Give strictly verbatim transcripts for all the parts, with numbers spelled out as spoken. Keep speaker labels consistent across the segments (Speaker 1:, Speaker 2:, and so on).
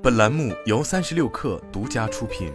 Speaker 1: 本栏目由三十六氪独家出品。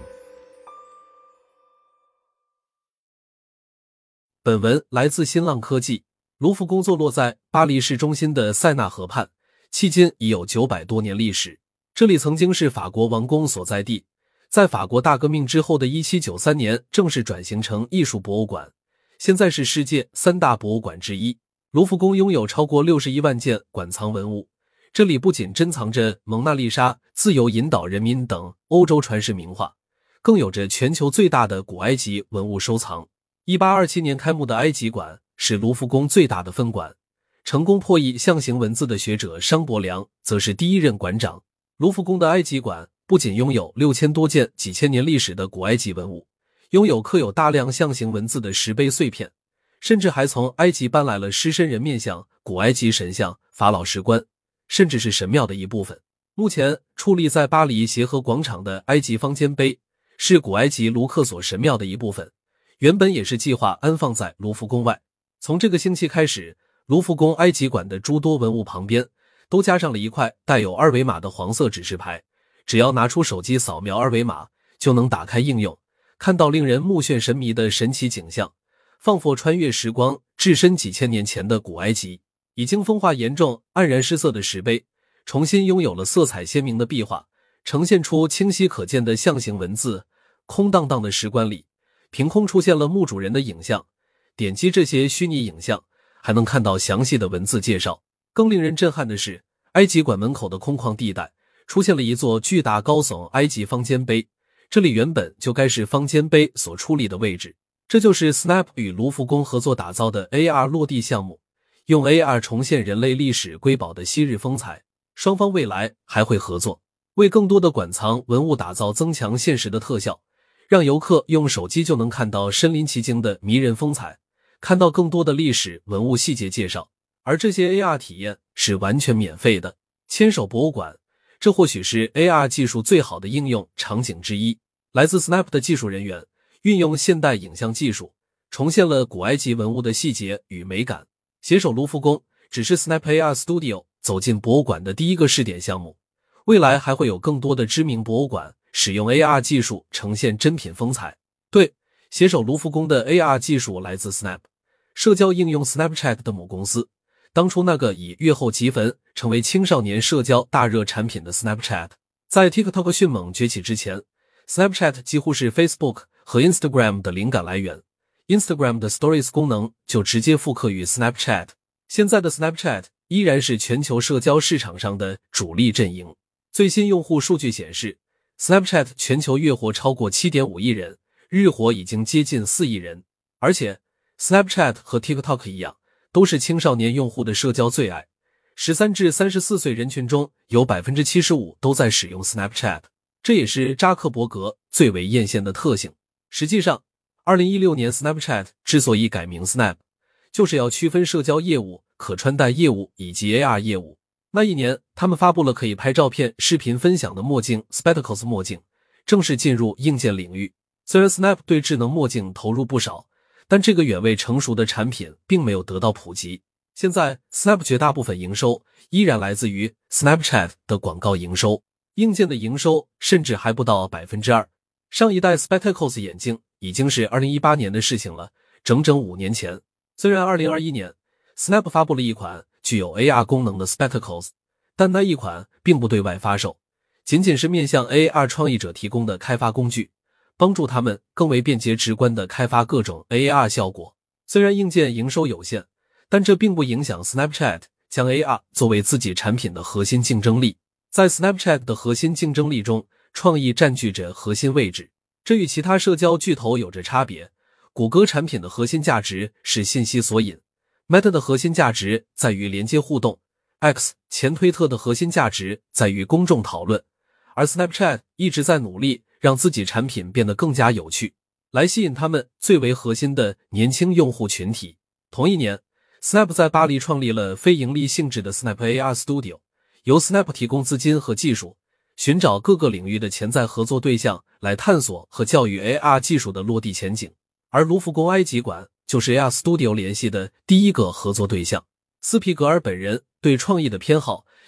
Speaker 2: 本文来自新浪科技。卢浮宫坐落在巴黎市中心的塞纳河畔，迄今已有九百多年历史。这里曾经是法国王宫所在地，在法国大革命之后的一七九三年正式转型成艺术博物馆，现在是世界三大博物馆之一。卢浮宫拥有超过六十一万件馆藏文物，这里不仅珍藏着蒙娜丽莎、自由引导人民等欧洲传世名画，更有着全球最大的古埃及文物收藏。一八二七年开幕的埃及馆是卢浮宫最大的分馆，成功破译象形文字的学者商伯良则是第一任馆长。卢浮宫的埃及馆不仅拥有六千多件几千年历史的古埃及文物，拥有刻有大量象形文字的石碑碎片，甚至还从埃及搬来了狮身人面像、古埃及神像、法老石棺，甚至是神庙的一部分。目前矗立在巴黎协和广场的埃及方尖碑是古埃及卢克索神庙的一部分，原本也是计划安放在卢浮宫外。从这个星期开始，卢浮宫埃及馆的诸多文物旁边都加上了一块带有二维码的黄色指示牌，只要拿出手机扫描二维码，就能打开应用，看到令人目眩神迷的神奇景象，仿佛穿越时光，置身几千年前的古埃及。已经风化严重、黯然失色的石碑重新拥有了色彩鲜明的壁画，呈现出清晰可见的象形文字。空荡荡的石棺里凭空出现了墓主人的影像，点击这些虚拟影像还能看到详细的文字介绍。更令人震撼的是，埃及馆门口的空旷地带出现了一座巨大高耸埃及方尖碑，这里原本就该是方尖碑所矗立的位置。这就是 Snap 与卢浮宫合作打造的 A R 落地项目，用 A R 重现人类历史瑰宝的昔日风采。双方未来还会合作，为更多的馆藏文物打造增强现实的特效，让游客用手机就能看到身临其境的迷人风采，看到更多的历史文物细节介绍。而这些 A R 体验是完全免费的。牵手博物馆，这或许是 A R 技术最好的应用场景之一。来自 Snap 的技术人员运用现代影像技术，重现了古埃及文物的细节与美感。携手卢浮宫只是 Snap A R Studio 走进博物馆的第一个试点项目，未来还会有更多的知名博物馆使用 A R 技术呈现真品风采。对，携手卢浮宫的 A R 技术来自 Snap， 社交应用 Snapchat 的母公司。当初那个以月后即焚成为青少年社交大热产品的 Snapchat， 在 TikTok 迅猛崛起之前， Snapchat 几乎是 Facebook 和 Instagram 的灵感来源。Instagram 的 Stories 功能就直接复刻于 Snapchat。 现在的 Snapchat 依然是全球社交市场上的主力阵营。最新用户数据显示， Snapchat 全球月活超过 七点五亿人，日活已经接近四亿人。而且 Snapchat 和 TikTok 一样，都是青少年用户的社交最爱。十三至三十四岁人群中有 百分之七十五 都在使用 Snapchat， 这也是扎克伯格最为艳羡的特性。实际上二零一六年 Snapchat 之所以改名 Snap， 就是要区分社交业务、可穿戴业务以及 A R 业务。那一年他们发布了可以拍照片、视频分享的墨镜 Spectacles 墨镜，正式进入硬件领域。虽然 Snap 对智能墨镜投入不少，但这个远未成熟的产品并没有得到普及。现在 Snap 绝大部分营收依然来自于 Snapchat 的广告营收，硬件的营收甚至还不到 百分之二。 上一代 Spectacles 眼镜已经是二零一八年的事情了，整整五年前。虽然二零二一年 Snap 发布了一款具有 A R 功能的 Spectacles， 但那一款并不对外发售，仅仅是面向 A R 创意者提供的开发工具，帮助他们更为便捷直观地开发各种 A R 效果。虽然硬件营收有限，但这并不影响 Snapchat 将 A R 作为自己产品的核心竞争力。在 Snapchat 的核心竞争力中，创意占据着核心位置，这与其他社交巨头有着差别。谷歌产品的核心价值是信息索引， Meta 的核心价值在于连接互动， X 前推特的核心价值在于公众讨论，而 Snapchat 一直在努力让自己产品变得更加有趣，来吸引他们最为核心的年轻用户群体。同一年 Snap 在巴黎创立了非盈利性质的 Snap A R Studio， 由 Snap 提供资金和技术，寻找各个领域的潜在合作对象，来探索和教育 A R 技术的落地前景。而卢浮宫埃及馆就是 A R Studio 联系的第一个合作对象。斯皮格尔本人对创意的偏好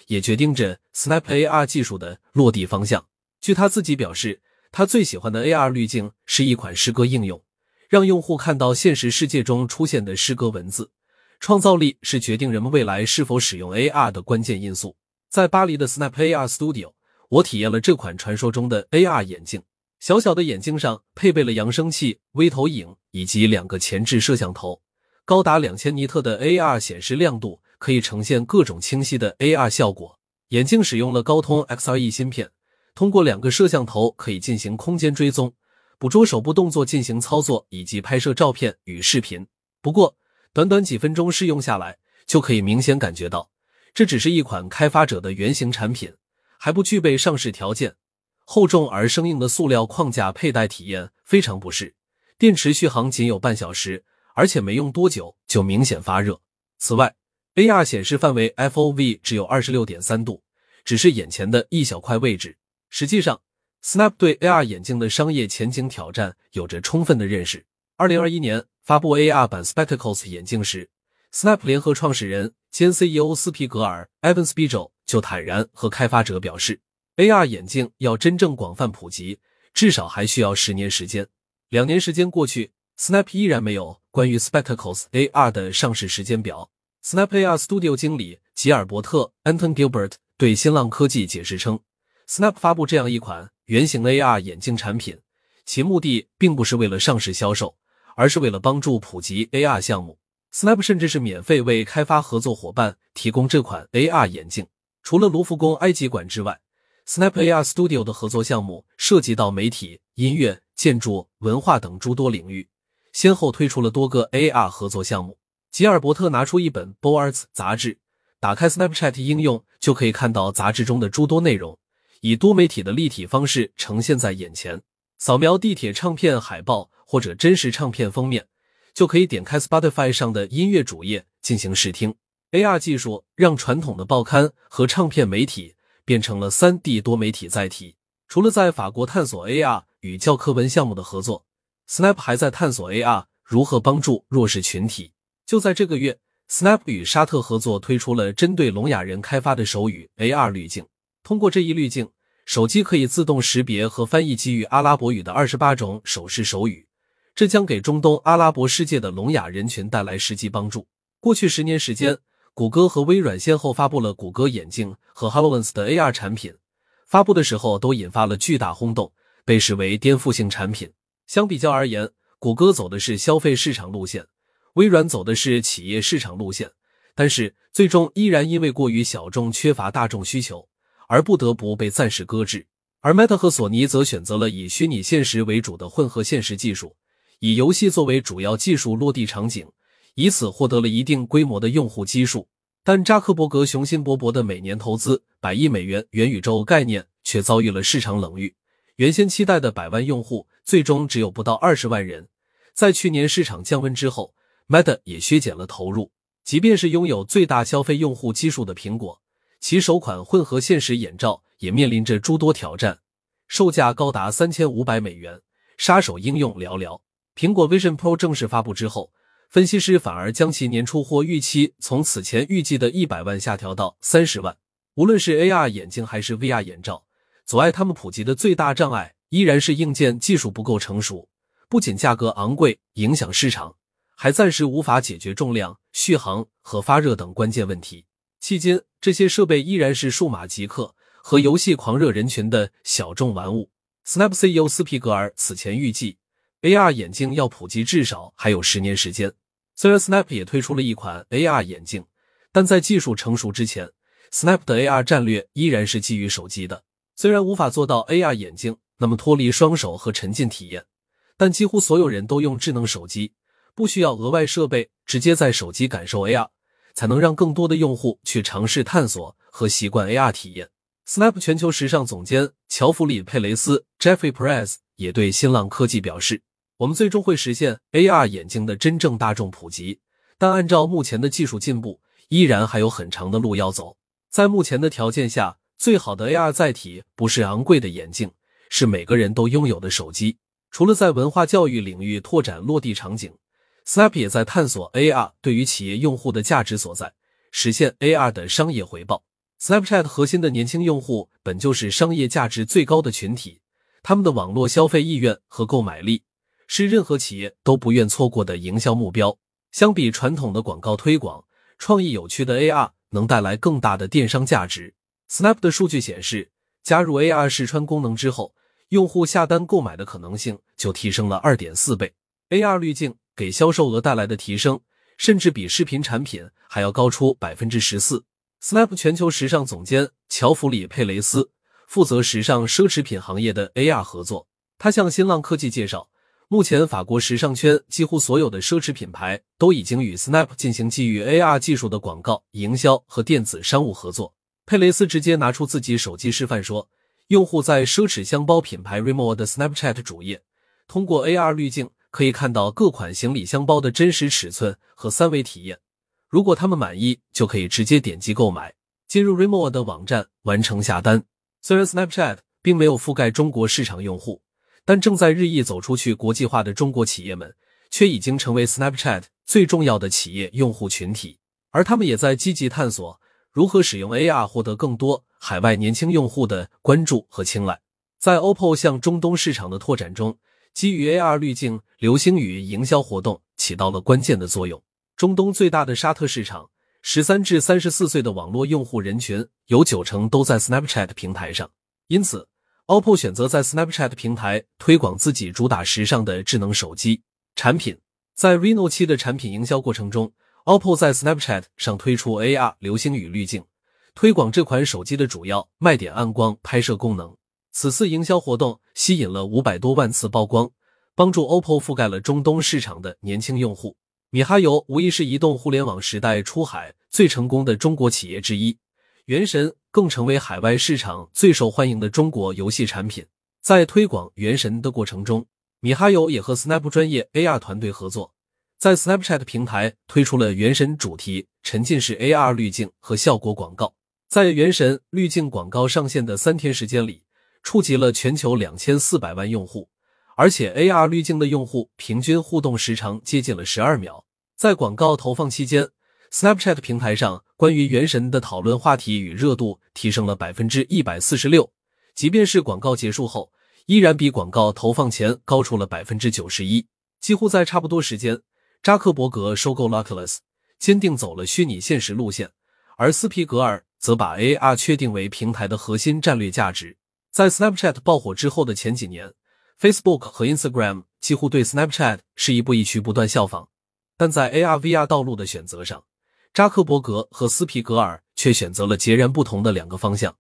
Speaker 2: 也决定着 Snap A R 技术的落地方向。据他自己表示，他最喜欢的 A R 滤镜是一款诗歌应用，让用户看到现实世界中出现的诗歌文字。创造力是决定人们未来是否使用 A R 的关键因素。在巴黎的 Snap A R Studio， 我体验了这款传说中的 A R 眼镜。小小的眼镜上配备了扬声器、微投影以及两个前置摄像头，高达两千尼特的 A R 显示亮度可以呈现各种清晰的 A R 效果。眼镜使用了高通 X R E 芯片，通过两个摄像头可以进行空间追踪，捕捉手部动作进行操作以及拍摄照片与视频。不过短短几分钟试用下来，就可以明显感觉到这只是一款开发者的原型产品，还不具备上市条件。厚重而生硬的塑料框架佩戴体验非常不适，电池续航仅有半小时，而且没用多久就明显发热。此外 A R 显示范围 F O V 只有 二十六点三 度，只是眼前的一小块位置。实际上 Snap 对 A R 眼镜的商业前景挑战有着充分的认识。二零二一年发布 A R 版 Spectacles 眼镜时， Snap 联合创始人兼 C E O 斯皮格尔 Evan Spiegel 就坦然和开发者表示， A R 眼镜要真正广泛普及，至少还需要十年时间。两年时间过去， Snap 依然没有关于 Spectacles A R 的上市时间表。 Snap A R Studio 经理吉尔伯特 Anton Gilbert 对新浪科技解释称， Snap 发布这样一款原型 A R 眼镜产品，其目的并不是为了上市销售，而是为了帮助普及 A R 项目。 Snap 甚至是免费为开发合作伙伴提供这款 A R 眼镜。除了卢浮宫埃及馆之外， Snap A R Studio 的合作项目涉及到媒体、音乐、建筑、文化等诸多领域，先后推出了多个 A R 合作项目。吉尔伯特拿出一本 Boards 杂志，打开 Snapchat 应用就可以看到杂志中的诸多内容，以多媒体的立体方式呈现在眼前。扫描地铁唱片海报或者真实唱片封面，就可以点开 Spotify 上的音乐主页进行试听。 A R 技术让传统的报刊和唱片媒体变成了 三 D 多媒体载体。除了在法国探索 A R 与教科文项目的合作， Snap 还在探索 A R 如何帮助弱势群体。就在这个月， Snap 与沙特合作推出了针对聋哑人开发的手语 A R 滤镜。通过这一滤镜，手机可以自动识别和翻译基于阿拉伯语的二十八种手势手语，这将给中东阿拉伯世界的聋哑人群带来实际帮助。过去十年时间，谷歌和微软先后发布了谷歌眼镜和 HoloLens 的 A R 产品，发布的时候都引发了巨大轰动，被视为颠覆性产品。相比较而言，谷歌走的是消费市场路线，微软走的是企业市场路线，但是最终依然因为过于小众缺乏大众需求，而不得不被暂时搁置。而 Meta 和索尼则选择了以虚拟现实为主的混合现实技术，以游戏作为主要技术落地场景，以此获得了一定规模的用户基数。但扎克伯格雄心勃勃的每年投资百亿美元元宇宙概念却遭遇了市场冷遇，原先期待的百万用户最终只有不到二十万人。在去年市场降温之后， Meta 也削减了投入。即便是拥有最大消费用户基数的苹果，其首款混合现实眼罩也面临着诸多挑战，售价高达三千五百美元，杀手应用寥寥。苹果 Vision Pro 正式发布之后，分析师反而将其年出货预期从此前预计的一百万下调到三十万。无论是 A R 眼镜还是 V R 眼罩，阻碍它们普及的最大障碍依然是硬件技术不够成熟，不仅价格昂贵影响市场，还暂时无法解决重量、续航和发热等关键问题。迄今，这些设备依然是数码极客和游戏狂热人群的小众玩物。 Snap C E O 斯皮格尔此前预计 A R 眼镜要普及至少还有十年时间。虽然 Snap 也推出了一款 A R 眼镜，但在技术成熟之前， Snap 的 A R 战略依然是基于手机的。虽然无法做到 A R 眼镜那么脱离双手和沉浸体验，但几乎所有人都用智能手机，不需要额外设备，直接在手机感受 A R， 才能让更多的用户去尝试探索和习惯 A R 体验。 Snap 全球时尚总监乔弗里·佩雷斯 Jeffrey Perez 也对新浪科技表示，我们最终会实现 A R 眼镜的真正大众普及，但按照目前的技术进步，依然还有很长的路要走。在目前的条件下，最好的 A R 载体不是昂贵的眼镜，是每个人都拥有的手机。除了在文化教育领域拓展落地场景， Snap 也在探索 A R 对于企业用户的价值所在，实现 A R 的商业回报。 Snapchat 核心的年轻用户本就是商业价值最高的群体，他们的网络消费意愿和购买力是任何企业都不愿错过的营销目标。相比传统的广告推广，创意有趣的 A R 能带来更大的电商价值。Snap 的数据显示，加入 A R 视穿功能之后，用户下单购买的可能性就提升了 二点四倍。A R 滤镜给销售额带来的提升，甚至比视频产品还要高出 百分之十四。Snap 全球时尚总监乔弗里·佩雷斯负责时尚奢侈品行业的 A R 合作。他向新浪科技介绍，目前法国时尚圈几乎所有的奢侈品牌都已经与 Snap 进行基于 A R 技术的广告、营销和电子商务合作。佩雷斯直接拿出自己手机示范说，用户在奢侈箱包品牌 Rimmel 的 Snapchat 主页，通过 A R 滤镜可以看到各款行李箱包的真实尺寸和三维体验。如果他们满意，就可以直接点击购买，进入 Rimmel 的网站完成下单。虽然 Snapchat 并没有覆盖中国市场用户，但正在日益走出去国际化的中国企业们，却已经成为 Snapchat 最重要的企业用户群体，而他们也在积极探索如何使用 A R 获得更多海外年轻用户的关注和青睐。在 O P P O 向中东市场的拓展中，基于 A R 滤镜流星雨营销活动起到了关键的作用。中东最大的沙特市场，十三至三十四岁的网络用户人群有九成都在 Snapchat 平台上，因此 O P P O 选择在 Snapchat 平台推广自己主打时尚的智能手机产品。在 Reno 七的产品营销过程中， O P P O 在 Snapchat 上推出 A R 流星雨滤镜，推广这款手机的主要卖点暗光拍摄功能。此次营销活动吸引了五百多万次曝光，帮助 O P P O 覆盖了中东市场的年轻用户。米哈游无疑是移动互联网时代出海最成功的中国企业之一，原神更成为海外市场最受欢迎的中国游戏产品。在推广原神的过程中，米哈游也和 Snap 专业 A R 团队合作，在 Snapchat 平台推出了原神主题沉浸式 A R 滤镜和效果广告。在原神滤镜广告上线的三天时间里，触及了全球两千四百万用户，而且 A R 滤镜的用户平均互动时长接近了十二秒。在广告投放期间， Snapchat 平台上关于原神的讨论话题与热度提升了 百分之一百四十六， 即便是广告结束后，依然比广告投放前高出了 百分之九十一。 几乎在差不多时间，扎克伯格收购 Oculus， 坚定走了虚拟现实路线，而斯皮格尔则把 A R 确定为平台的核心战略价值。在 Snapchat 爆火之后的前几年， Facebook 和 Instagram 几乎对 Snapchat 是一步一趋不断效仿，但在 A R V R 道路的选择上，扎克伯格和斯皮格尔却选择了截然不同的两个方向。